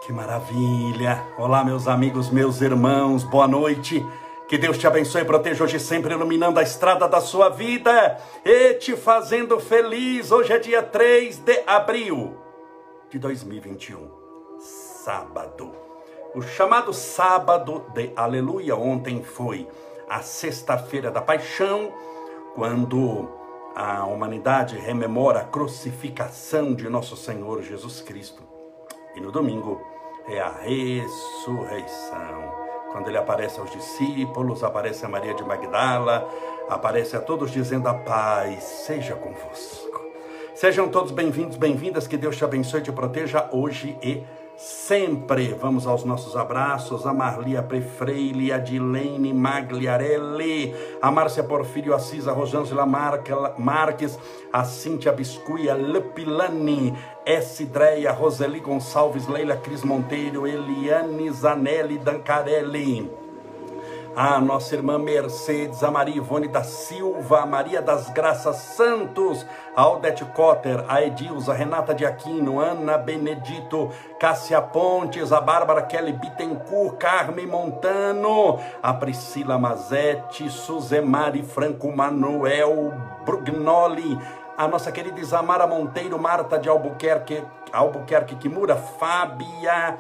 Que maravilha! Olá, meus amigos, meus irmãos, boa noite. Que Deus te abençoe e proteja hoje sempre, iluminando a estrada da sua vida e te fazendo feliz. Hoje é dia 3 de abril de 2021, sábado. O chamado sábado de aleluia. Ontem foi a sexta-feira da paixão, quando a humanidade rememora a crucificação de nosso Senhor Jesus Cristo. E no domingo é a ressurreição, quando ele aparece aos discípulos, aparece a Maria de Magdala, aparece a todos dizendo: a paz seja convosco. Sejam todos bem-vindos, bem-vindas, que Deus te abençoe e te proteja hoje e sempre. Vamos aos nossos abraços: a Marli, a Prefreile, a Dilene Magliarelli, a Márcia Porfírio Assis, a Rosângela Marques, a Cíntia Biscuia, Lepilani, Essidreia, Roseli Gonçalves, Leila Cris Monteiro, Eliane Zanelli Dancarelli, a nossa irmã Mercedes, a Maria Ivone da Silva, a Maria das Graças Santos, a Odete Cotter, a Edilza, a Renata de Aquino, Ana Benedito, Cássia Pontes, a Bárbara Kelly Bittencourt, Carmen Montano, a Priscila Mazetti, Suzemari Franco Manuel Brugnoli, a nossa querida Isamara Monteiro, Marta de Albuquerque Kimura, Fábia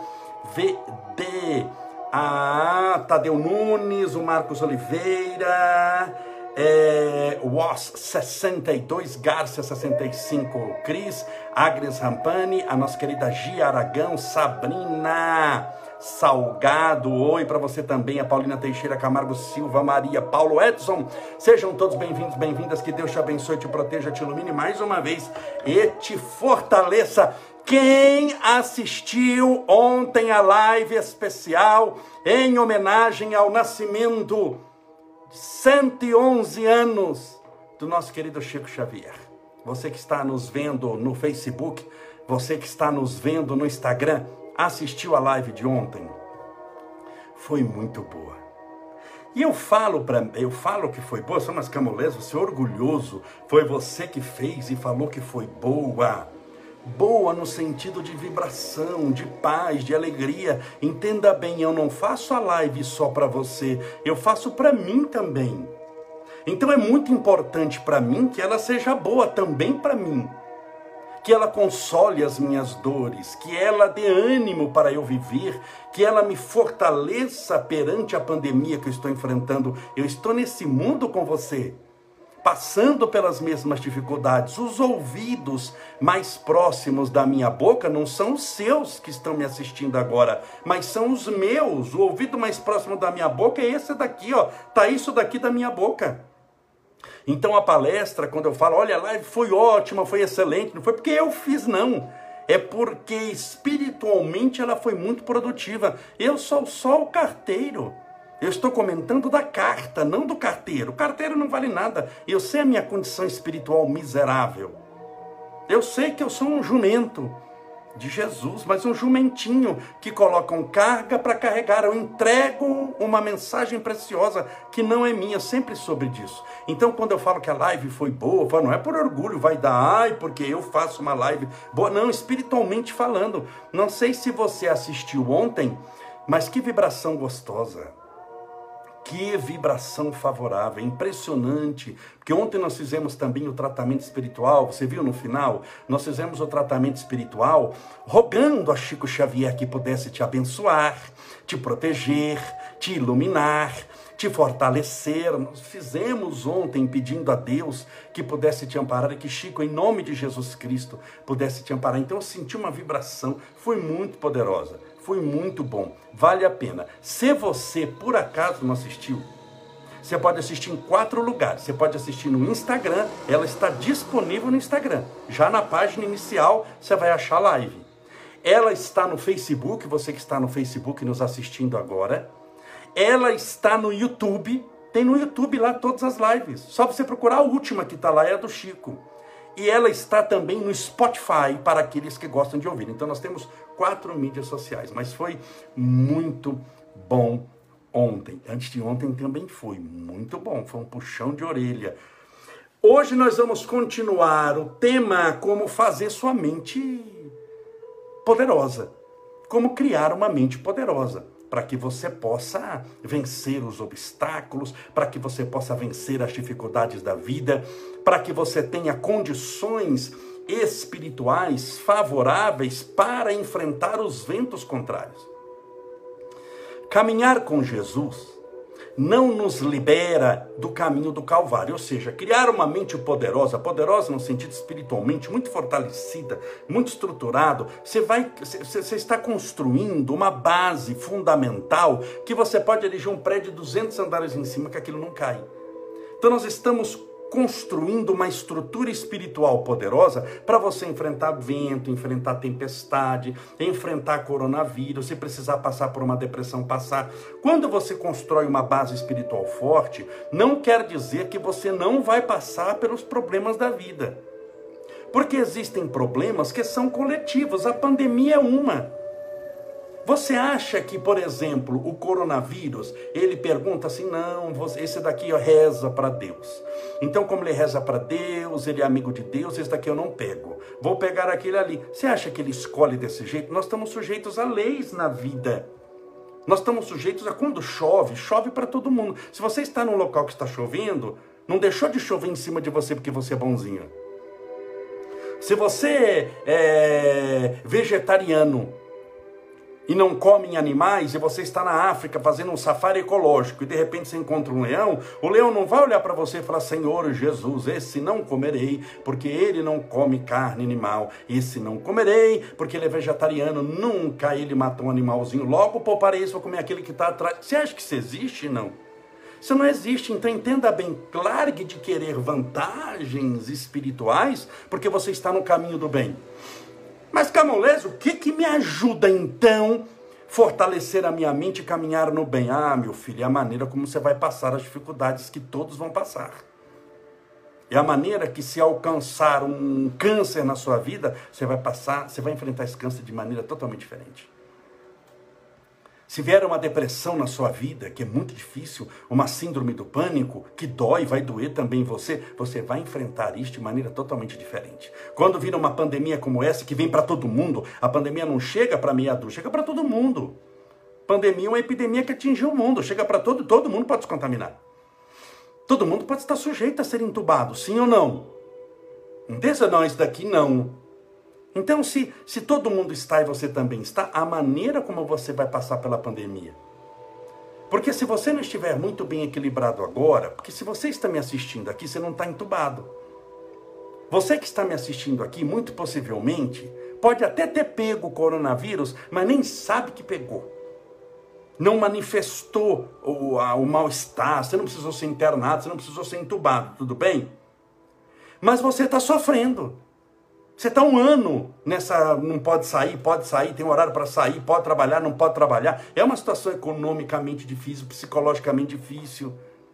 VD, a Tadeu Nunes, o Marcos Oliveira, Was 62, Garcia 65, Cris, Agnes Rampani, a nossa querida Gia Aragão, Sabrina Salgado, oi para você também, a Paulina Teixeira Camargo Silva, Maria, Paulo Edson. Sejam todos bem-vindos, bem-vindas, que Deus te abençoe, te proteja, te ilumine mais uma vez e te fortaleça. Quem assistiu ontem a live especial em homenagem ao nascimento de 111 anos do nosso querido Chico Xavier? Você que está nos vendo no Facebook, você que está nos vendo no Instagram, assistiu a live de ontem? Foi muito boa. E eu falo que foi boa, sou umas camolés, você é orgulhoso, foi você que fez e falou que foi boa. Boa no sentido de vibração, de paz, de alegria. Entenda bem, eu não faço a live só para você, eu faço para mim também. Então é muito importante para mim que ela seja boa também para mim. Que ela console as minhas dores, que ela dê ânimo para eu viver, que ela me fortaleça perante a pandemia que eu estou enfrentando. Eu estou nesse mundo com você, passando pelas mesmas dificuldades. Os ouvidos mais próximos da minha boca não são os seus que estão me assistindo agora, mas são os meus. O ouvido mais próximo da minha boca é esse daqui, ó. Tá isso daqui da minha boca. Então a palestra, quando eu falo, olha, a live foi ótima, foi excelente, não foi porque eu fiz, não. É porque espiritualmente ela foi muito produtiva. Eu sou só o carteiro. Eu estou comentando da carta, não do carteiro. O carteiro não vale nada. Eu sei a minha condição espiritual miserável. Eu sei que eu sou um jumento de Jesus, mas um jumentinho que colocam carga para carregar. Eu entrego uma mensagem preciosa que não é minha, sempre soube disso. Então, quando eu falo que a live foi boa, não é por orgulho, vai dar, ai, porque eu faço uma live boa. Não, espiritualmente falando. Não sei se você assistiu ontem, mas que vibração gostosa. Que vibração favorável, impressionante, porque ontem nós fizemos também o tratamento espiritual, você viu no final? Nós fizemos o tratamento espiritual rogando a Chico Xavier que pudesse te abençoar, te proteger, te iluminar, te fortalecer. Nós fizemos ontem pedindo a Deus que pudesse te amparar e que Chico, em nome de Jesus Cristo, pudesse te amparar. Então eu senti uma vibração, foi muito poderosa. Foi muito bom, vale a pena. Se você, por acaso, não assistiu, você pode assistir em 4 lugares. Você pode assistir no Instagram, ela está disponível no Instagram. Já na página inicial, você vai achar a live. Ela está no Facebook, você que está no Facebook nos assistindo agora. Ela está no YouTube, tem no YouTube lá todas as lives. Só você procurar a última que está lá, é a do Chico. E ela está também no Spotify, para aqueles que gostam de ouvir. Então nós temos 4 mídias sociais, mas foi muito bom ontem. Antes de ontem também foi muito bom, foi um puxão de orelha. Hoje nós vamos continuar o tema como fazer sua mente poderosa. como criar uma mente poderosa, para que você possa vencer os obstáculos, para que você possa vencer as dificuldades da vida, para que você tenha condições espirituais favoráveis para enfrentar os ventos contrários. Caminhar com Jesus não nos libera do caminho do Calvário, ou seja, criar uma mente poderosa, poderosa no sentido espiritualmente, muito fortalecida, muito estruturado, você está construindo uma base fundamental que você pode erigir um prédio de 200 andares em cima que aquilo não cai. Então nós estamos construindo uma estrutura espiritual poderosa para você enfrentar vento, enfrentar tempestade, enfrentar coronavírus, se precisar passar por uma depressão, passar. Quando você constrói uma base espiritual forte, não quer dizer que você não vai passar pelos problemas da vida. Porque existem problemas que são coletivos, a pandemia é uma. Você acha que, por exemplo, o coronavírus, ele pergunta assim, não, esse daqui reza para Deus. Então, como ele reza para Deus, ele é amigo de Deus, esse daqui eu não pego. Vou pegar aquele ali. Você acha que ele escolhe desse jeito? Nós estamos sujeitos a leis na vida. Nós estamos sujeitos a quando chove, chove para todo mundo. Se você está num local que está chovendo, não deixou de chover em cima de você porque você é bonzinho. Se você é vegetariano, e não comem animais, e você está na África fazendo um safari ecológico, e de repente você encontra um leão, o leão não vai olhar para você e falar, Senhor Jesus, esse não comerei, porque ele não come carne animal, esse não comerei, porque ele é vegetariano, nunca ele matou um animalzinho, logo pouparei isso, vou comer aquele que está atrás. Você acha que isso existe? Não. Isso não existe, então entenda bem, largue de querer vantagens espirituais, porque você está no caminho do bem. Mas Camolés, o que me ajuda então fortalecer a minha mente e caminhar no bem? Ah, meu filho, é a maneira como você vai passar as dificuldades que todos vão passar. É a maneira que, se alcançar um câncer na sua vida, você vai enfrentar esse câncer de maneira totalmente diferente. Se vier uma depressão na sua vida, que é muito difícil, uma síndrome do pânico, que dói, vai doer também em você, você vai enfrentar isso de maneira totalmente diferente. Quando vir uma pandemia como essa, que vem para todo mundo, a pandemia não chega para meia dúzia, chega para todo mundo. Pandemia é uma epidemia que atingiu o mundo, chega para todo mundo pode se contaminar. Todo mundo pode estar sujeito a ser entubado, sim ou não? Não pensa não, isso daqui não. Então, se todo mundo está e você também está, a maneira como você vai passar pela pandemia. Porque se você não estiver muito bem equilibrado agora, porque se você está me assistindo aqui, você não está entubado. Você que está me assistindo aqui, muito possivelmente, pode até ter pego o coronavírus, mas nem sabe que pegou. Não manifestou o mal-estar, você não precisou ser internado, você não precisou ser entubado, tudo bem? Mas você está sofrendo. Você está um ano nessa, não pode sair, tem horário para sair, pode trabalhar, não pode trabalhar. É uma situação economicamente difícil, psicologicamente difícil.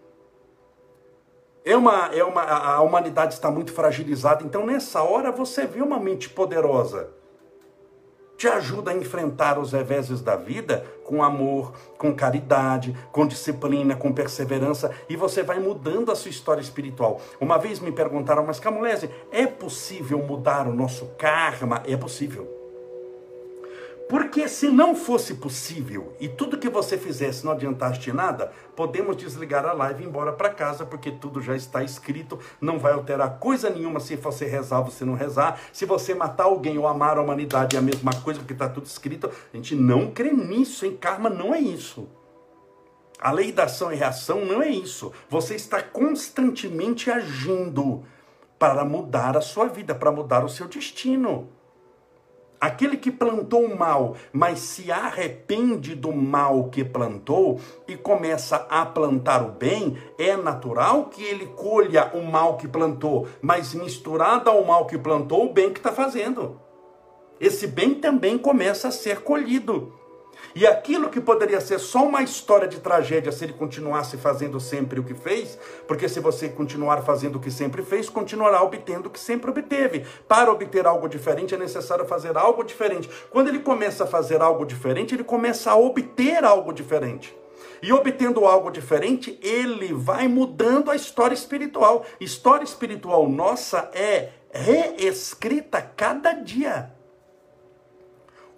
A humanidade está muito fragilizada. Então, nessa hora, você vê uma mente poderosa. Te ajuda a enfrentar os reveses da vida com amor, com caridade, com disciplina, com perseverança, e você vai mudando a sua história espiritual. Uma vez me perguntaram, mas Camolese, é possível mudar o nosso karma? É possível. Porque se não fosse possível e tudo que você fizesse não adiantasse nada, podemos desligar a live e ir embora para casa, porque tudo já está escrito, não vai alterar coisa nenhuma se você rezar, você não rezar. Se você matar alguém ou amar a humanidade é a mesma coisa, porque está tudo escrito. A gente não crê nisso, em karma não é isso. A lei da ação e reação não é isso. Você está constantemente agindo para mudar a sua vida, para mudar o seu destino. Aquele que plantou o mal, mas se arrepende do mal que plantou e começa a plantar o bem, é natural que ele colha o mal que plantou, mas misturado ao mal que plantou, o bem que está fazendo. Esse bem também começa a ser colhido. E aquilo que poderia ser só uma história de tragédia se ele continuasse fazendo sempre o que fez, porque se você continuar fazendo o que sempre fez, continuará obtendo o que sempre obteve. Para obter algo diferente é necessário fazer algo diferente. Quando ele começa a fazer algo diferente, ele começa a obter algo diferente. E obtendo algo diferente, ele vai mudando a história espiritual. História espiritual nossa é reescrita cada dia.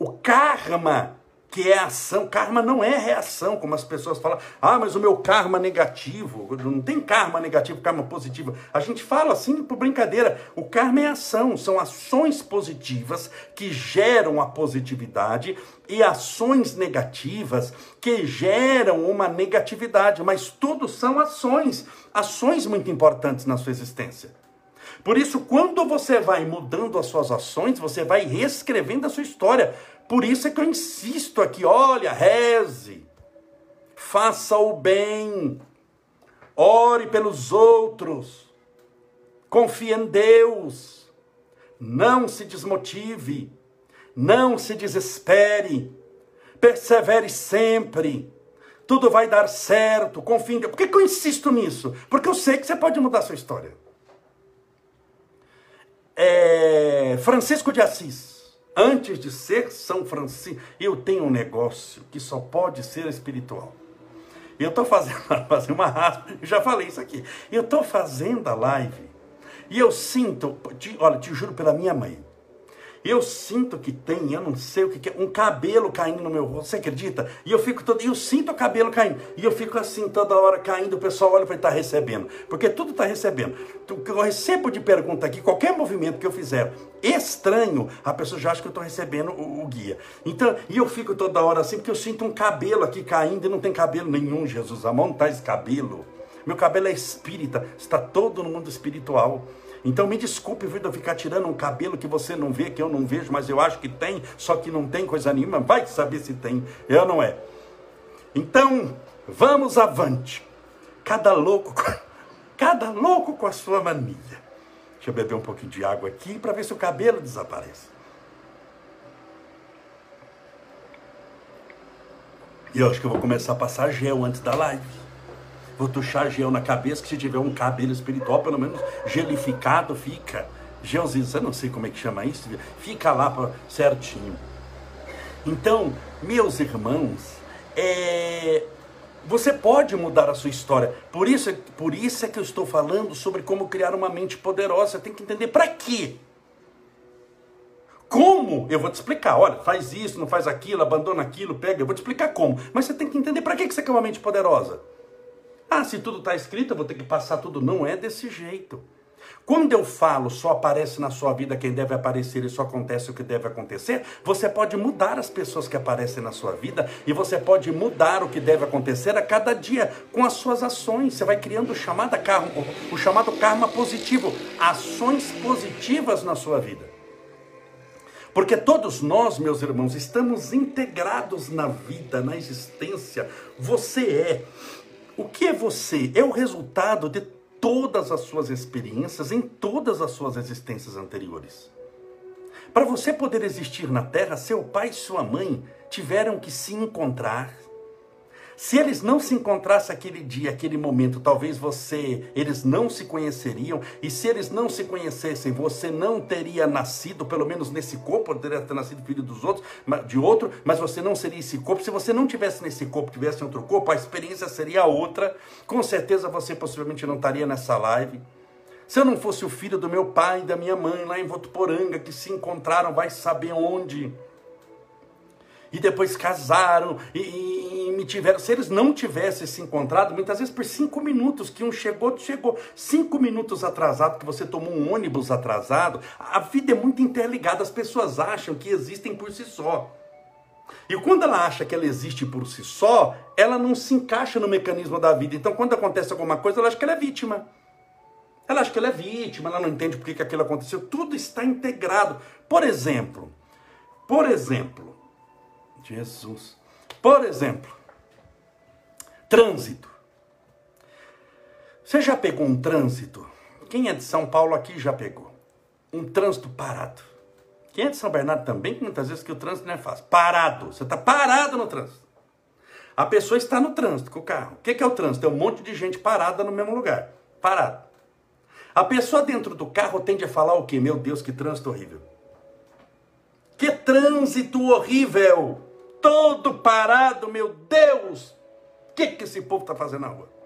O karma, que é ação, karma não é reação, como as pessoas falam. Ah, mas o meu karma negativo. Não tem karma negativo, karma positivo. A gente fala assim por brincadeira. O karma é ação, são ações positivas que geram a positividade e ações negativas que geram uma negatividade. Mas tudo são ações, ações muito importantes na sua existência. Por isso, quando você vai mudando as suas ações, você vai reescrevendo a sua história. Por isso é que eu insisto aqui, olha, reze, faça o bem, ore pelos outros, confie em Deus, não se desmotive, não se desespere, persevere sempre, tudo vai dar certo, confie em Deus. Por que eu insisto nisso? Porque eu sei que você pode mudar a sua história. Francisco de Assis, antes de ser São Francisco, eu tenho um negócio que só pode ser espiritual. Eu estou fazendo uma raspa, eu já falei isso aqui. Eu estou fazendo a live e eu sinto, olha, te juro pela minha mãe, eu sinto que tem, eu não sei o que é, um cabelo caindo no meu rosto, você acredita? E eu sinto o cabelo caindo, e eu fico assim toda hora caindo, o pessoal olha para ele, está recebendo, porque tudo está recebendo. O que eu recebo de pergunta aqui, qualquer movimento que eu fizer estranho, a pessoa já acha que eu estou recebendo o guia. Então, e eu fico toda hora assim, porque eu sinto um cabelo aqui caindo, e não tem cabelo nenhum, Jesus, a mão não está esse cabelo. Meu cabelo é espírita, está todo no mundo espiritual. Então me desculpe, viu, de eu ficar tirando um cabelo que você não vê, que eu não vejo, mas eu acho que tem, só que não tem coisa nenhuma, vai saber se tem, eu não é. Então, vamos avante. Cada louco com a sua mania. Deixa eu beber um pouquinho de água aqui para ver se o cabelo desaparece. E eu acho que eu vou começar a passar gel antes da live. Vou tuchar gel na cabeça, que se tiver um cabelo espiritual, pelo menos gelificado fica. Gelzinho, eu não sei como é que chama isso, fica lá certinho. Então, meus irmãos, você pode mudar a sua história. Por isso é que eu estou falando sobre como criar uma mente poderosa. Você tem que entender para quê. Como? Eu vou te explicar. Olha, faz isso, não faz aquilo, abandona aquilo, pega. Eu vou te explicar como. Mas você tem que entender para que você quer uma mente poderosa. Ah, se tudo está escrito, eu vou ter que passar tudo. Não é desse jeito. Quando eu falo, só aparece na sua vida quem deve aparecer e só acontece o que deve acontecer, você pode mudar as pessoas que aparecem na sua vida e você pode mudar o que deve acontecer a cada dia com as suas ações. Você vai criando o chamado karma positivo, ações positivas na sua vida. Porque todos nós, meus irmãos, estamos integrados na vida, na existência. Você é. O que é você? É o resultado de todas as suas experiências em todas as suas existências anteriores. Para você poder existir na Terra, seu pai e sua mãe tiveram que se encontrar. Se eles não se encontrassem aquele dia, aquele momento, talvez eles não se conheceriam. E se eles não se conhecessem, você não teria nascido, pelo menos nesse corpo, poderia ter nascido filho de outro, mas você não seria esse corpo. Se você não tivesse nesse corpo, tivesse em outro corpo, a experiência seria outra. Com certeza você possivelmente não estaria nessa live. Se eu não fosse o filho do meu pai e da minha mãe lá em Votuporanga, que se encontraram, vai saber onde. E depois casaram e me tiveram. Se eles não tivessem se encontrado, muitas vezes por 5 minutos, que um chegou 5 minutos atrasado, que você tomou um ônibus atrasado. A vida é muito interligada, as pessoas acham que existem por si só. E quando ela acha que ela existe por si só, ela não se encaixa no mecanismo da vida. Então quando acontece alguma coisa, ela acha que ela é vítima. Ela acha que ela é vítima, ela não entende por que aquilo aconteceu. Tudo está integrado. Por exemplo, Jesus. Por exemplo, trânsito. Você já pegou um trânsito? Quem é de São Paulo aqui já pegou. Um trânsito parado. Quem é de São Bernardo também, que muitas vezes que o trânsito não é fácil. Parado. Você está parado no trânsito. A pessoa está no trânsito com o carro. O que é o trânsito? É um monte de gente parada no mesmo lugar. Parado. A pessoa dentro do carro tende a falar o quê? Meu Deus, que trânsito horrível. Que trânsito horrível. Todo parado, meu Deus. O que esse povo está fazendo na rua?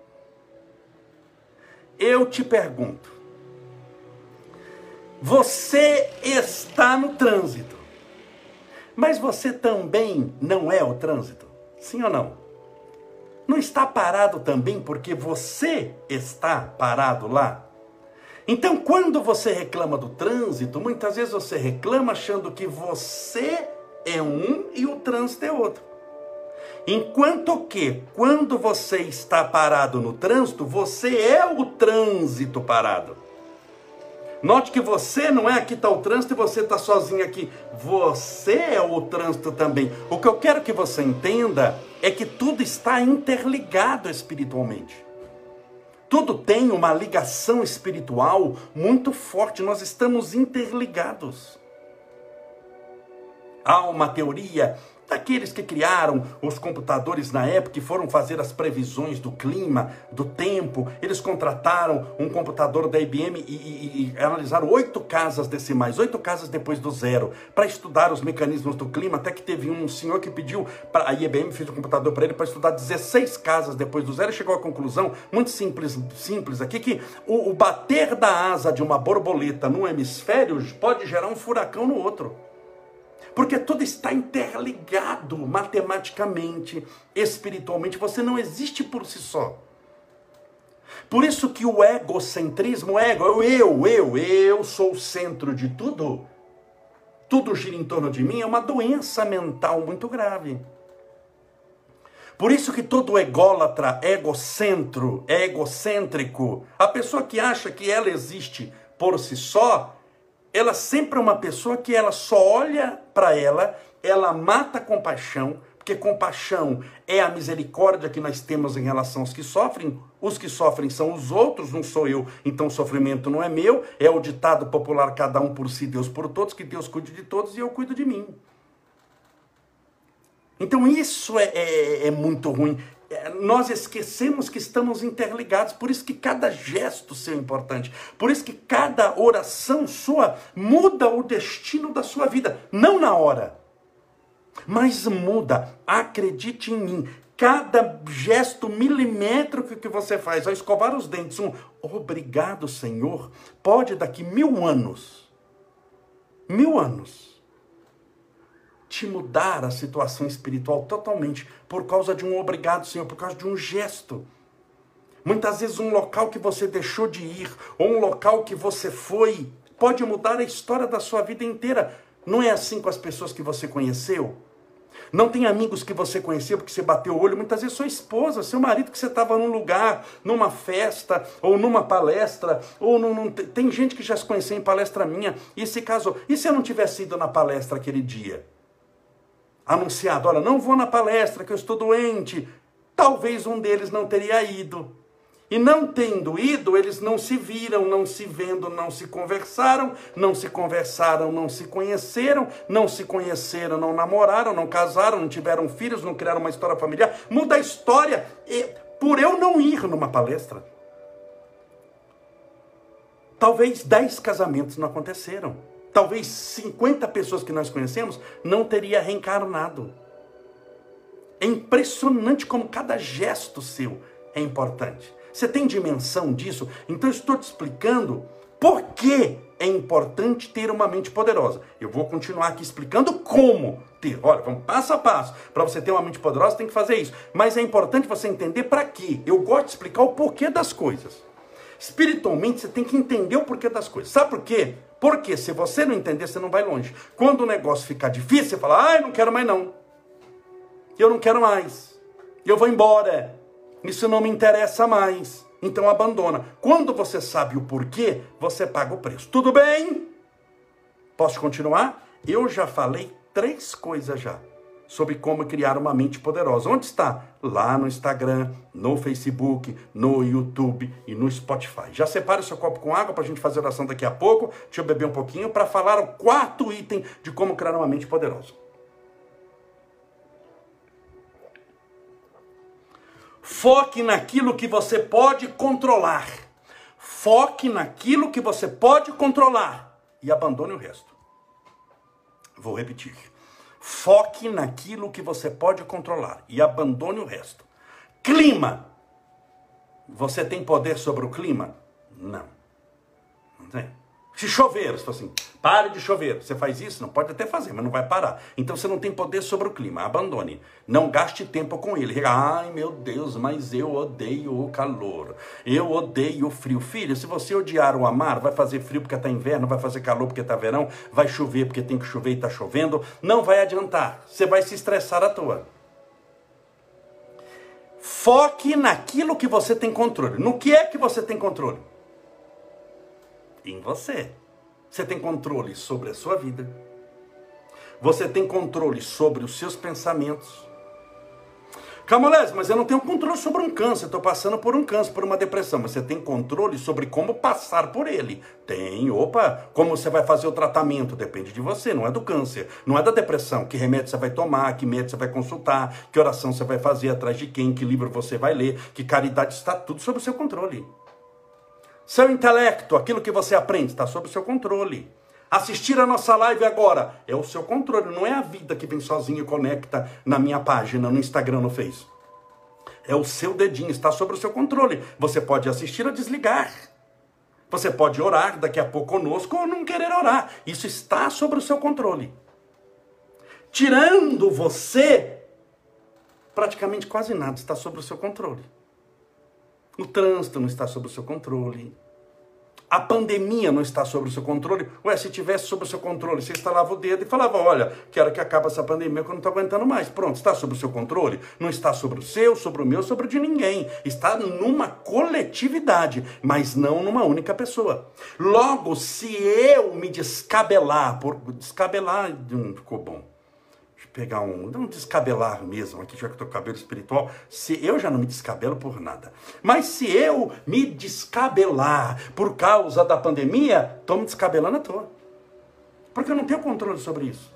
Eu te pergunto. Você está no trânsito. Mas você também não é o trânsito? Sim ou não? Não está parado também porque você está parado lá? Então, quando você reclama do trânsito, muitas vezes você reclama achando que você é um e o trânsito é outro. Enquanto que, quando você está parado no trânsito, você é o trânsito parado. Note que você não é aqui está o trânsito e você está sozinho aqui. Você é o trânsito também. O que eu quero que você entenda é que tudo está interligado espiritualmente. Tudo tem uma ligação espiritual muito forte. Nós estamos interligados. Há uma teoria daqueles que criaram os computadores na época e foram fazer as previsões do clima, do tempo. Eles contrataram um computador da IBM e analisaram 8 casas decimais, 8 casas depois do zero, para estudar os mecanismos do clima, até que teve um senhor que pediu, a IBM fez um computador para ele para estudar 16 casas depois do zero e chegou à conclusão, muito simples aqui, que o bater da asa de uma borboleta num hemisfério pode gerar um furacão no outro. Porque tudo está interligado matematicamente, espiritualmente. Você não existe por si só. Por isso que o egocentrismo, eu sou o centro de tudo. Tudo gira em torno de mim, é uma doença mental muito grave. Por isso que todo ególatra, egocêntrico, a pessoa que acha que ela existe por si só, ela sempre é uma pessoa que ela só olha para ela mata a compaixão, porque compaixão é a misericórdia que nós temos em relação aos que sofrem. Os que sofrem são os outros, não sou eu, então o sofrimento não é meu. É o ditado popular, cada um por si, Deus por todos, que Deus cuide de todos e eu cuido de mim. Então isso é muito ruim. Nós esquecemos que estamos interligados, por isso que cada gesto seu é importante, por isso que cada oração sua muda o destino da sua vida, não na hora, mas muda. Acredite em mim, cada gesto milimétrico que você faz, ao escovar os dentes, obrigado Senhor, pode daqui 1000 anos, te mudar a situação espiritual totalmente, por causa de um obrigado, Senhor, por causa de um gesto. Muitas vezes um local que você deixou de ir, ou um local que você foi, pode mudar a história da sua vida inteira. Não é assim com as pessoas que você conheceu? Não tem amigos que você conheceu porque você bateu o olho? Muitas vezes sua esposa, seu marido, que você estava num lugar, numa festa, ou numa palestra, ou tem gente que já se conheceu em palestra minha, e se casou. E se eu não tivesse ido na palestra aquele dia? Anunciado, olha, não vou na palestra que eu estou doente. Talvez um deles não teria ido. E não tendo ido, eles não se viram, não se vendo, não se conversaram, não se conheceram, não namoraram, não casaram, não tiveram filhos, não criaram uma história familiar. Muda a história por eu não ir numa palestra. Talvez 10 casamentos não aconteceram. Talvez 50 pessoas que nós conhecemos não teria reencarnado. É impressionante como cada gesto seu é importante. Você tem dimensão disso? Então eu estou te explicando por que é importante ter uma mente poderosa. Eu vou continuar aqui explicando como ter. Olha, vamos passo a passo. Para você ter uma mente poderosa, tem que fazer isso. Mas é importante você entender para quê. Eu gosto de explicar o porquê das coisas. Espiritualmente, você tem que entender o porquê das coisas. Sabe por quê? Porque se você não entender, você não vai longe. Quando o negócio ficar difícil, você fala, eu não quero mais não. Eu não quero mais. Eu vou embora. Isso não me interessa mais. Então abandona. Quando você sabe o porquê, você paga o preço. Tudo bem? Posso continuar? Eu já falei 3 coisas já sobre como criar uma mente poderosa. Onde está? Lá no Instagram, no Facebook, no YouTube e no Spotify. Já separe o seu copo com água para a gente fazer oração daqui a pouco. Deixa eu beber um pouquinho para falar o 4º item de como criar uma mente poderosa. Foque naquilo que você pode controlar. Foque naquilo que você pode controlar e abandone o resto. Vou repetir. Foque naquilo que você pode controlar e abandone o resto. Clima. Você tem poder sobre o clima? Não. Não tem. Se chover, você fala assim, pare de chover. Você faz isso? Não pode até fazer, mas não vai parar. Então você não tem poder sobre o clima. Abandone. Não gaste tempo com ele. Ai, meu Deus, mas eu odeio o calor. Eu odeio o frio. Filho, se você odiar o amar, vai fazer frio porque está inverno, vai fazer calor porque está verão, vai chover porque tem que chover e está chovendo. Não vai adiantar. Você vai se estressar à toa. Foque naquilo que você tem controle. No que é que você tem controle? Em você. Você tem controle sobre a sua vida. Você tem controle sobre os seus pensamentos. Camolés, mas eu não tenho controle sobre um câncer. Estou passando por um câncer, por uma depressão. Mas você tem controle sobre como passar por ele. Tem, opa. Como você vai fazer o tratamento? Depende de você, não é do câncer. Não é da depressão. Que remédio você vai tomar, que médico você vai consultar, que oração você vai fazer, atrás de quem, que livro você vai ler, que caridade, está tudo sob o seu controle. Seu intelecto, aquilo que você aprende, está sob o seu controle. Assistir a nossa live agora é o seu controle, não é a vida que vem sozinha e conecta na minha página, no Instagram, no Face. É o seu dedinho, está sob o seu controle. Você pode assistir ou desligar. Você pode orar daqui a pouco conosco ou não querer orar. Isso está sob o seu controle. Tirando você, praticamente quase nada está sob o seu controle. O trânsito não está sob o seu controle. A pandemia não está sob o seu controle. Ué, se tivesse sob o seu controle, você estalava o dedo e falava, olha, quero que acabe essa pandemia que eu não estou aguentando mais. Pronto, está sob o seu controle? Não está sobre o seu, sobre o meu, sobre o de ninguém. Está numa coletividade, mas não numa única pessoa. Logo, se eu me descabelar, descabelar não ficou bom. Pegar um descabelar mesmo, aqui já que eu estou com cabelo espiritual, se eu já não me descabelo por nada. Mas se eu me descabelar por causa da pandemia, estou me descabelando à toa. Porque eu não tenho controle sobre isso.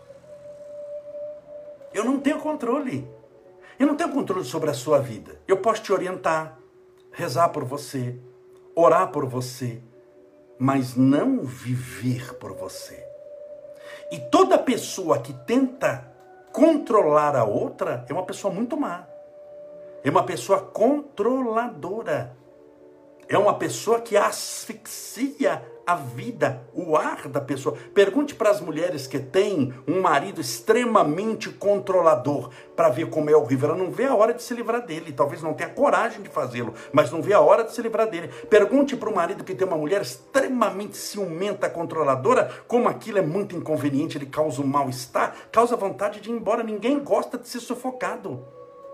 Eu não tenho controle. Eu não tenho controle sobre a sua vida. Eu posso te orientar, rezar por você, orar por você, mas não viver por você. E toda pessoa que tenta controlar a outra é uma pessoa muito má. É uma pessoa controladora. É uma pessoa que asfixia a vida, o ar da pessoa. Pergunte para as mulheres que têm um marido extremamente controlador para ver como é horrível. Ela não vê a hora de se livrar dele. Talvez não tenha coragem de fazê-lo, mas não vê a hora de se livrar dele. Pergunte para o marido que tem uma mulher extremamente ciumenta, controladora, como aquilo é muito inconveniente, ele causa um mal-estar, causa vontade de ir embora. Ninguém gosta de ser sufocado.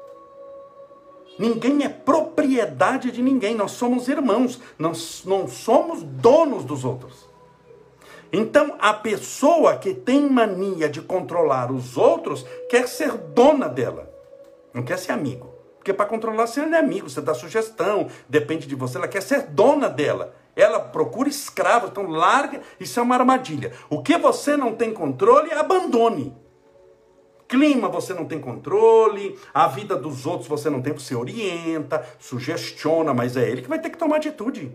Ninguém é propriedade de ninguém, nós somos irmãos, nós não somos donos dos outros. Então, a pessoa que tem mania de controlar os outros, quer ser dona dela, não quer ser amigo. Porque para controlar você não é amigo, você dá sugestão, depende de você, ela quer ser dona dela. Ela procura escravo, então larga, isso é uma armadilha. O que você não tem controle, abandone. Clima você não tem controle, a vida dos outros você não tem, você orienta, sugestiona, mas é ele que vai ter que tomar atitude.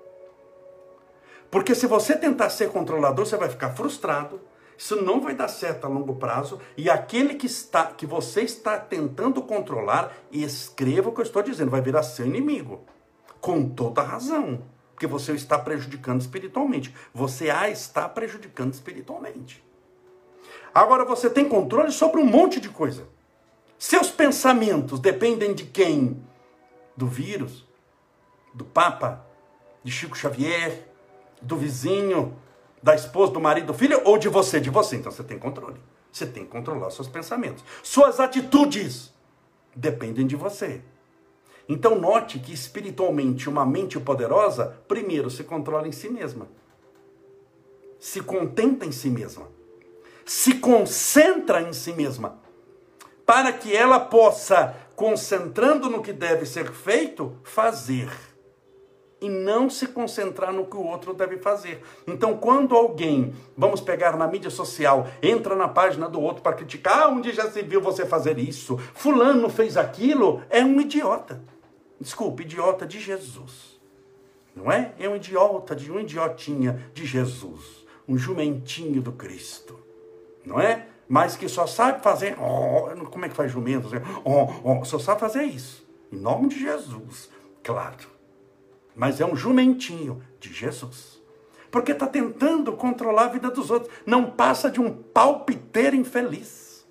Porque se você tentar ser controlador, você vai ficar frustrado, isso não vai dar certo a longo prazo, e aquele que você está tentando controlar, escreva o que eu estou dizendo, vai virar seu inimigo. Com toda razão, porque você o está prejudicando espiritualmente. Você a está prejudicando espiritualmente. Agora você tem controle sobre um monte de coisa. Seus pensamentos dependem de quem? Do vírus, do Papa, de Chico Xavier, do vizinho, da esposa, do marido, do filho, ou de você? De você. Então você tem controle. Você tem que controlar seus pensamentos. Suas atitudes dependem de você. Então note que espiritualmente uma mente poderosa, primeiro se controla em si mesma. Se contenta em si mesma. Se concentra em si mesma, para que ela possa, concentrando no que deve ser feito, fazer, e não se concentrar no que o outro deve fazer. Então, quando alguém, vamos pegar na mídia social, entra na página do outro para criticar, onde já se viu você fazer isso, fulano fez aquilo, é um idiota. Desculpe, idiota de Jesus. Não é? É um idiota, um idiotinha de Jesus, um jumentinho do Cristo. Não é? Mas que só sabe fazer, como é que faz jumento? Só sabe fazer isso. Em nome de Jesus, claro. Mas é um jumentinho de Jesus. Porque está tentando controlar a vida dos outros. Não passa de um palpiteiro infeliz.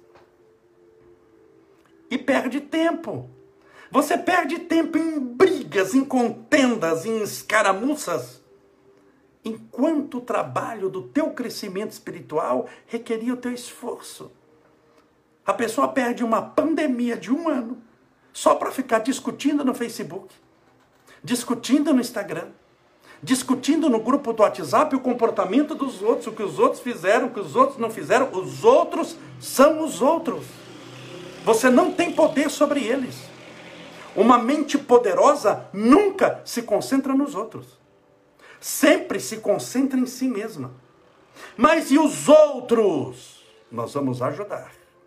E perde tempo. Você perde tempo em brigas, em contendas, em escaramuças, enquanto o trabalho do teu crescimento espiritual requeria o teu esforço. A pessoa perde uma pandemia de 1 ano só para ficar discutindo no Facebook, discutindo no Instagram, discutindo no grupo do WhatsApp o comportamento dos outros, o que os outros fizeram, o que os outros não fizeram. Os outros são os outros. Você não tem poder sobre eles. Uma mente poderosa nunca se concentra nos outros. Sempre se concentra em si mesma. Mas e os outros? Nós vamos ajudar,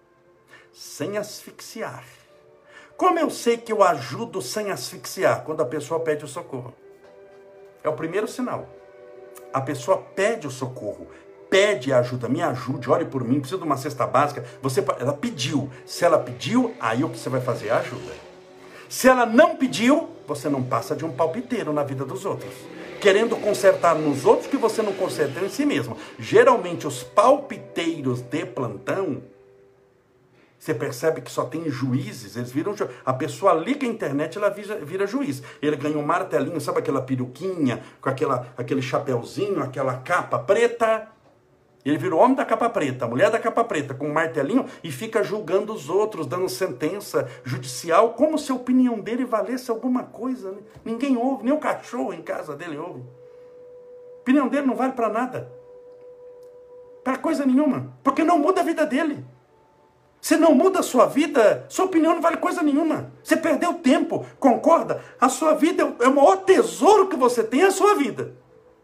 sem asfixiar. Como eu sei que eu ajudo sem asfixiar? Quando a pessoa pede o socorro. É o primeiro sinal. A pessoa pede o socorro, pede ajuda, me ajude, ore por mim, preciso de uma cesta básica. Ela pediu. Se ela pediu, aí o que você vai fazer é ajuda. Se ela não pediu, você não passa de um palpiteiro na vida dos outros, querendo consertar nos outros que você não consertou em si mesmo. Geralmente os palpiteiros de plantão, você percebe que só tem juízes, eles viram. A pessoa liga a internet, ela vira juiz. Ele ganha um martelinho, sabe aquela peruquinha, com aquele chapeuzinho, aquela capa preta. Ele vira o homem da capa preta, a mulher da capa preta, com um martelinho, e fica julgando os outros, dando sentença judicial, como se a opinião dele valesse alguma coisa. Né? Ninguém ouve, nem o cachorro em casa dele ouve. A opinião dele não vale para nada. Para coisa nenhuma. Porque não muda a vida dele. Se não muda a sua vida, sua opinião não vale coisa nenhuma. Você perdeu tempo, concorda? A sua vida é o maior tesouro que você tem, é a sua vida.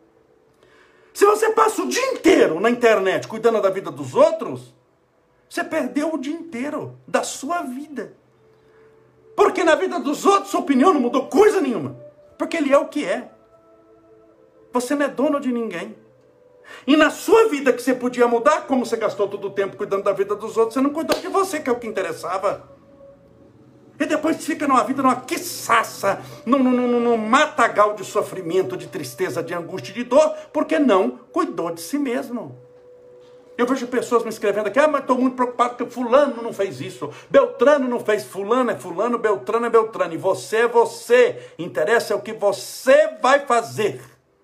Se você passa o dia inteiro na internet cuidando da vida dos outros, você perdeu o dia inteiro da sua vida. Porque na vida dos outros sua opinião não mudou coisa nenhuma. Porque ele é o que é. Você não é dono de ninguém. E na sua vida que você podia mudar, como você gastou todo o tempo cuidando da vida dos outros, você não cuidou de você, que é o que interessava. E depois você fica numa vida, numa quiçaça, num matagal de sofrimento, de tristeza, de angústia, de dor, porque não cuidou de si mesmo. Eu vejo pessoas me escrevendo aqui, mas estou muito preocupado porque fulano não fez isso, Beltrano não fez, fulano é fulano, Beltrano é Beltrano, e você é você, interessa o que você vai fazer.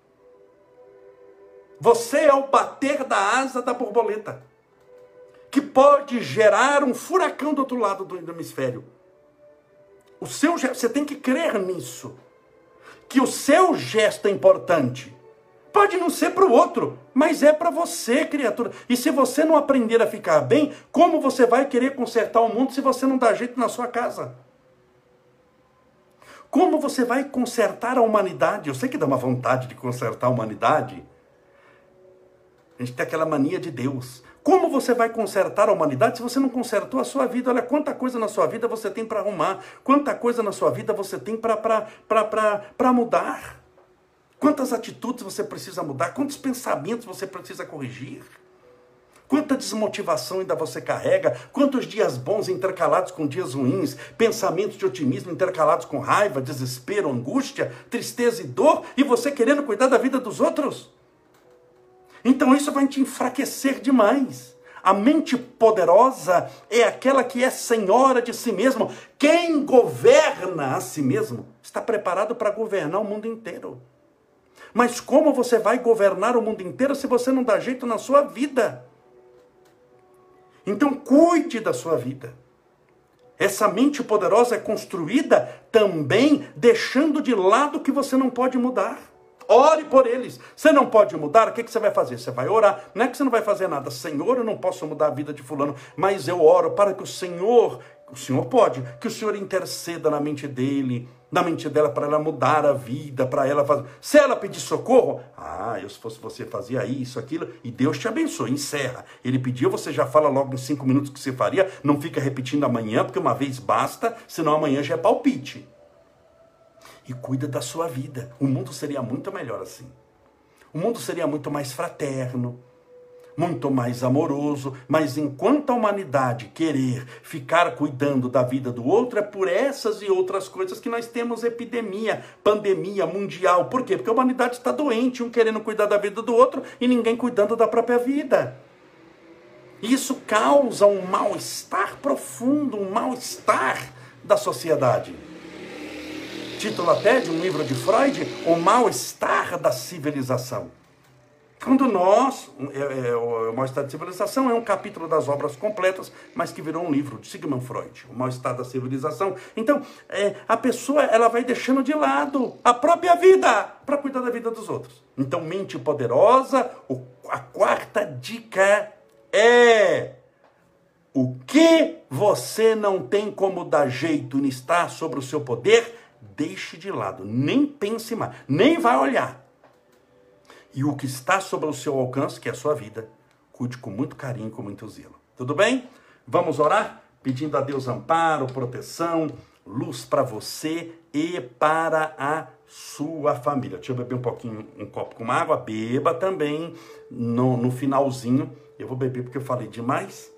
Você é o bater da asa da borboleta, que pode gerar um furacão do outro lado do hemisfério. Você tem que crer nisso, que o seu gesto é importante. Pode não ser para o outro, mas é para você, criatura. E se você não aprender a ficar bem, como você vai querer consertar o mundo se você não dá jeito na sua casa? Como você vai consertar a humanidade? Eu sei que dá uma vontade de consertar a humanidade. A gente tem aquela mania de Deus. Como você vai consertar a humanidade se você não consertou a sua vida? Olha quanta coisa na sua vida você tem para arrumar. Quanta coisa na sua vida você tem para mudar. Quantas atitudes você precisa mudar. Quantos pensamentos você precisa corrigir. Quanta desmotivação ainda você carrega. Quantos dias bons intercalados com dias ruins. Pensamentos de otimismo intercalados com raiva, desespero, angústia, tristeza e dor. E você querendo cuidar da vida dos outros. Então isso vai te enfraquecer demais. A mente poderosa é aquela que é senhora de si mesmo. Quem governa a si mesmo está preparado para governar o mundo inteiro. Mas como você vai governar o mundo inteiro se você não dá jeito na sua vida? Então cuide da sua vida. Essa mente poderosa é construída também deixando de lado o que você não pode mudar. Ore por eles. Você não pode mudar, o que você vai fazer? Você vai orar. Não é que você não vai fazer nada. Senhor, eu não posso mudar a vida de fulano, mas eu oro para que o Senhor pode, que o Senhor interceda na mente dele, na mente dela, para ela mudar a vida, para ela fazer. Se ela pedir socorro, eu se fosse você fazia isso, aquilo, e Deus te abençoe, encerra. Ele pediu, você já fala logo em 5 minutos o que você faria, não fica repetindo amanhã, porque uma vez basta, senão amanhã já é palpite. E cuida da sua vida. O mundo seria muito melhor assim. O mundo seria muito mais fraterno. muito mais amoroso, mas enquanto a humanidade querer ficar cuidando da vida do outro, é por essas e outras coisas que nós temos epidemia, pandemia mundial. Por quê? Porque a humanidade está doente, um querendo cuidar da vida do outro e ninguém cuidando da própria vida. Isso causa um mal-estar profundo, um mal-estar da sociedade. Título até de um livro de Freud, O Mal-Estar da Civilização. Quando nós, o Mal-Estar da Civilização é um capítulo das obras completas, mas que virou um livro de Sigmund Freud, O Mal-Estar da Civilização. Então, a pessoa ela vai deixando de lado a própria vida para cuidar da vida dos outros. Então, mente poderosa, a quarta dica é: o que você não tem como dar jeito em estar sobre o seu poder, deixe de lado, nem pense mais, nem vai olhar. E o que está sobre o seu alcance, que é a sua vida, cuide com muito carinho, com muito zelo. Tudo bem? Vamos orar? Pedindo a Deus amparo, proteção, luz para você e para a sua família. Deixa eu beber um copo com água. Beba também no finalzinho. Eu vou beber porque eu falei demais.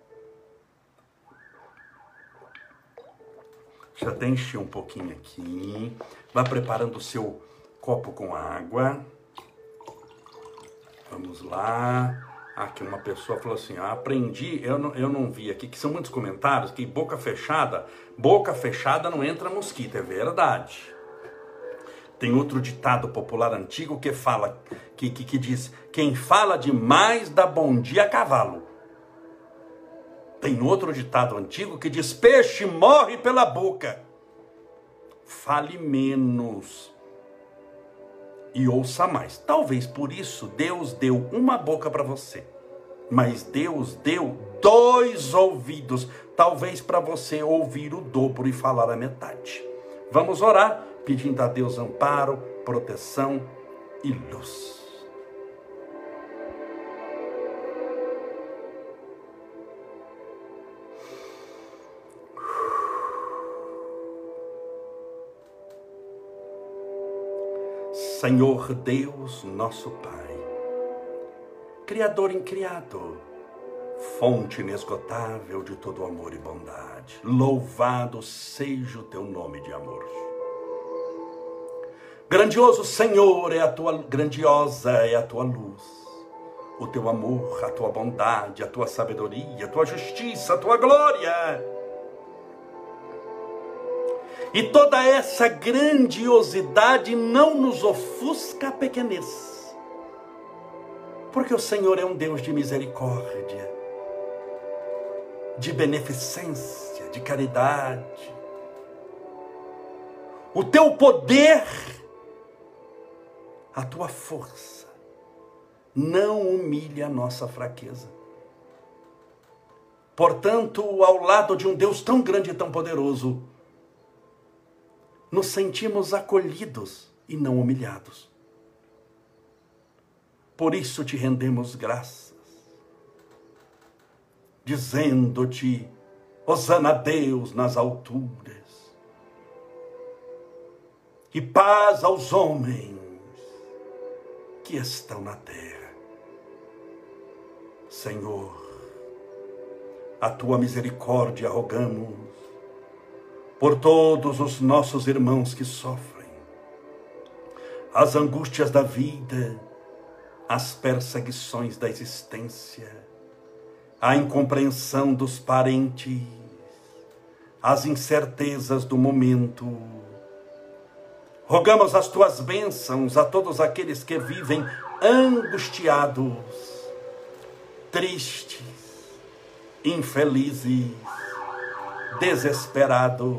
Já até enchi um pouquinho aqui. Vá preparando o seu copo com água. Vamos lá. Aqui uma pessoa falou assim: aprendi, eu não vi aqui, que são muitos comentários, que boca fechada não entra mosquito, é verdade. Tem outro ditado popular antigo que fala, que diz: quem fala demais dá bom dia a cavalo. Tem outro ditado antigo que diz: peixe morre pela boca. Fale menos e ouça mais. Talvez por isso Deus deu uma boca para você, mas Deus deu 2 ouvidos, talvez para você ouvir o dobro e falar a metade. Vamos orar, pedindo a Deus amparo, proteção e luz. Senhor Deus, nosso Pai, Criador incriado, fonte inesgotável de todo amor e bondade, louvado seja o teu nome de amor. Grandioso Senhor, grandiosa é a tua luz, o teu amor, a tua bondade, a tua sabedoria, a tua justiça, a tua glória. E toda essa grandiosidade não nos ofusca a pequenez, porque o Senhor é um Deus de misericórdia, de beneficência, de caridade. O teu poder, a tua força, não humilha a nossa fraqueza. Portanto, ao lado de um Deus tão grande e tão poderoso, nos sentimos acolhidos e não humilhados. Por isso te rendemos graças, dizendo-te: hosana a Deus nas alturas, e paz aos homens que estão na terra. Senhor, a tua misericórdia rogamos por todos os nossos irmãos que sofrem as angústias da vida, as perseguições da existência, a incompreensão dos parentes, as incertezas do momento. Rogamos as tuas bênçãos a todos aqueles que vivem angustiados, tristes, infelizes, desesperados,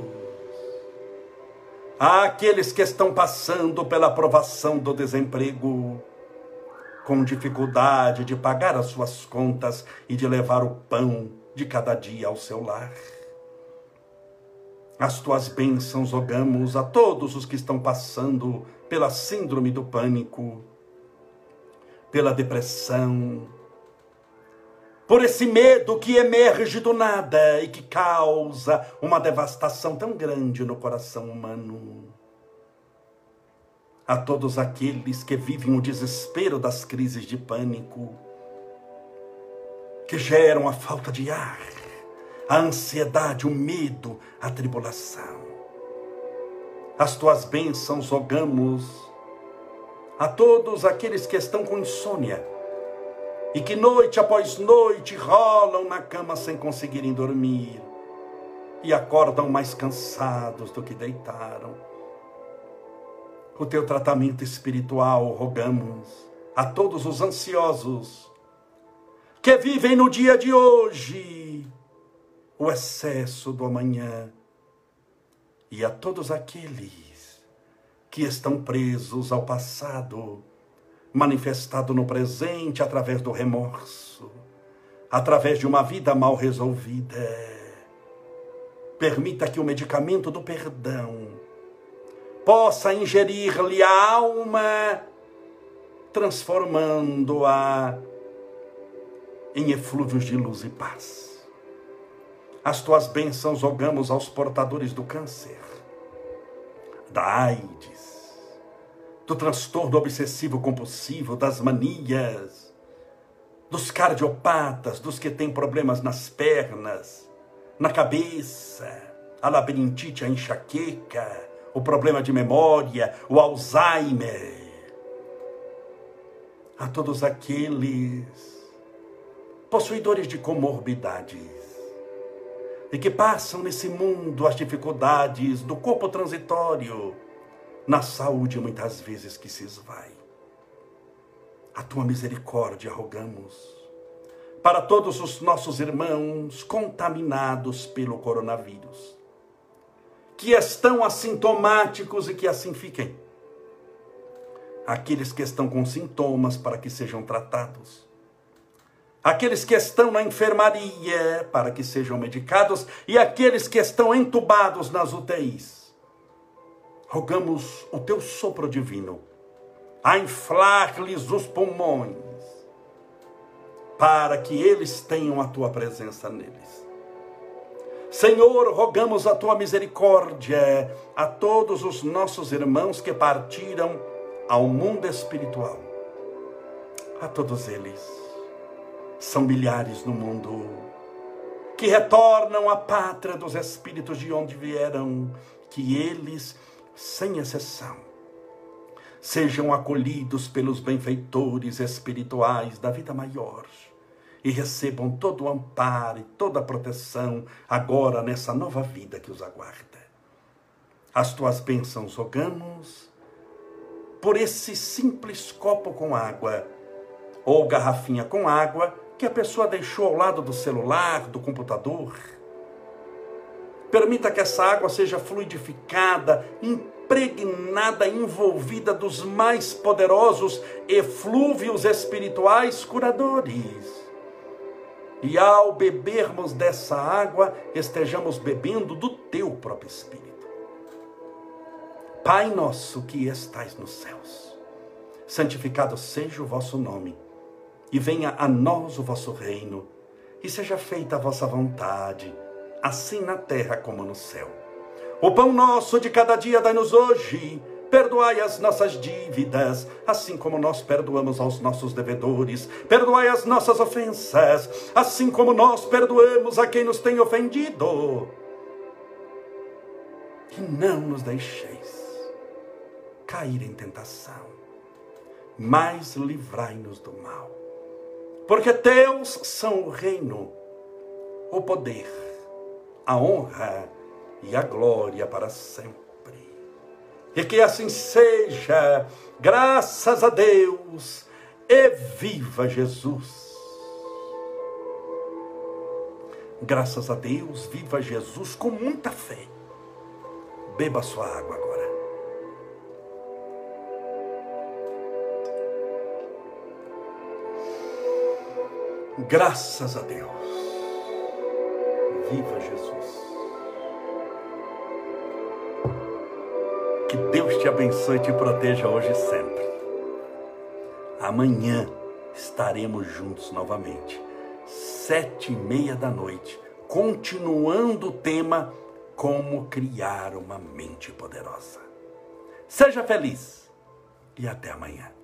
àqueles que estão passando pela provação do desemprego, com dificuldade de pagar as suas contas e de levar o pão de cada dia ao seu lar. As tuas bênçãos rogamos a todos os que estão passando pela síndrome do pânico, pela depressão, por esse medo que emerge do nada e que causa uma devastação tão grande no coração humano. A todos aqueles que vivem o desespero das crises de pânico, que geram a falta de ar, a ansiedade, o medo, a tribulação. As tuas bênçãos rogamos a todos aqueles que estão com insônia e que noite após noite rolam na cama sem conseguirem dormir e acordam mais cansados do que deitaram. O teu tratamento espiritual rogamos a todos os ansiosos que vivem no dia de hoje o excesso do amanhã, e a todos aqueles que estão presos ao passado, manifestado no presente através do remorso, através de uma vida mal resolvida. Permita que o medicamento do perdão possa ingerir-lhe a alma, transformando-a em eflúvios de luz e paz. As tuas bênçãos rogamos aos portadores do câncer, da AIDS, do transtorno obsessivo compulsivo, das manias, dos cardiopatas, dos que têm problemas nas pernas, na cabeça, a labirintite, a enxaqueca, o problema de memória, o Alzheimer. A todos aqueles possuidores de comorbidades e que passam nesse mundo as dificuldades do corpo transitório, na saúde muitas vezes que se esvai. A tua misericórdia rogamos para todos os nossos irmãos contaminados pelo coronavírus, que estão assintomáticos e que assim fiquem. Aqueles que estão com sintomas para que sejam tratados. Aqueles que estão na enfermaria para que sejam medicados e aqueles que estão entubados nas UTIs. Rogamos o teu sopro divino a inflar-lhes os pulmões para que eles tenham a tua presença neles. Senhor, rogamos a tua misericórdia a todos os nossos irmãos que partiram ao mundo espiritual. A todos eles. São milhares no mundo que retornam à pátria dos espíritos de onde vieram, que eles, sem exceção, sejam acolhidos pelos benfeitores espirituais da vida maior e recebam todo o amparo e toda a proteção agora nessa nova vida que os aguarda. As tuas bênçãos rogamos por esse simples copo com água ou garrafinha com água que a pessoa deixou ao lado do celular, do computador. Permita que essa água seja fluidificada, impregnada, envolvida dos mais poderosos eflúvios espirituais curadores. E ao bebermos dessa água, estejamos bebendo do teu próprio Espírito. Pai nosso que estais nos céus, santificado seja o vosso nome. E venha a nós o vosso reino, e seja feita a vossa vontade, assim na terra como no céu. O pão nosso de cada dia dai-nos hoje, perdoai as nossas dívidas, assim como nós perdoamos aos nossos devedores. Perdoai as nossas ofensas, assim como nós perdoamos a quem nos tem ofendido. E não nos deixeis cair em tentação, mas livrai-nos do mal. Porque teus são o reino, o poder, a honra e a glória para sempre. E que assim seja, graças a Deus, e viva Jesus. Graças a Deus, viva Jesus com muita fé. Beba sua água agora. Graças a Deus. Viva Jesus. Que Deus te abençoe e te proteja hoje e sempre. Amanhã estaremos juntos novamente, 7:30 da noite, continuando o tema Como Criar uma Mente Poderosa. Seja feliz e até amanhã.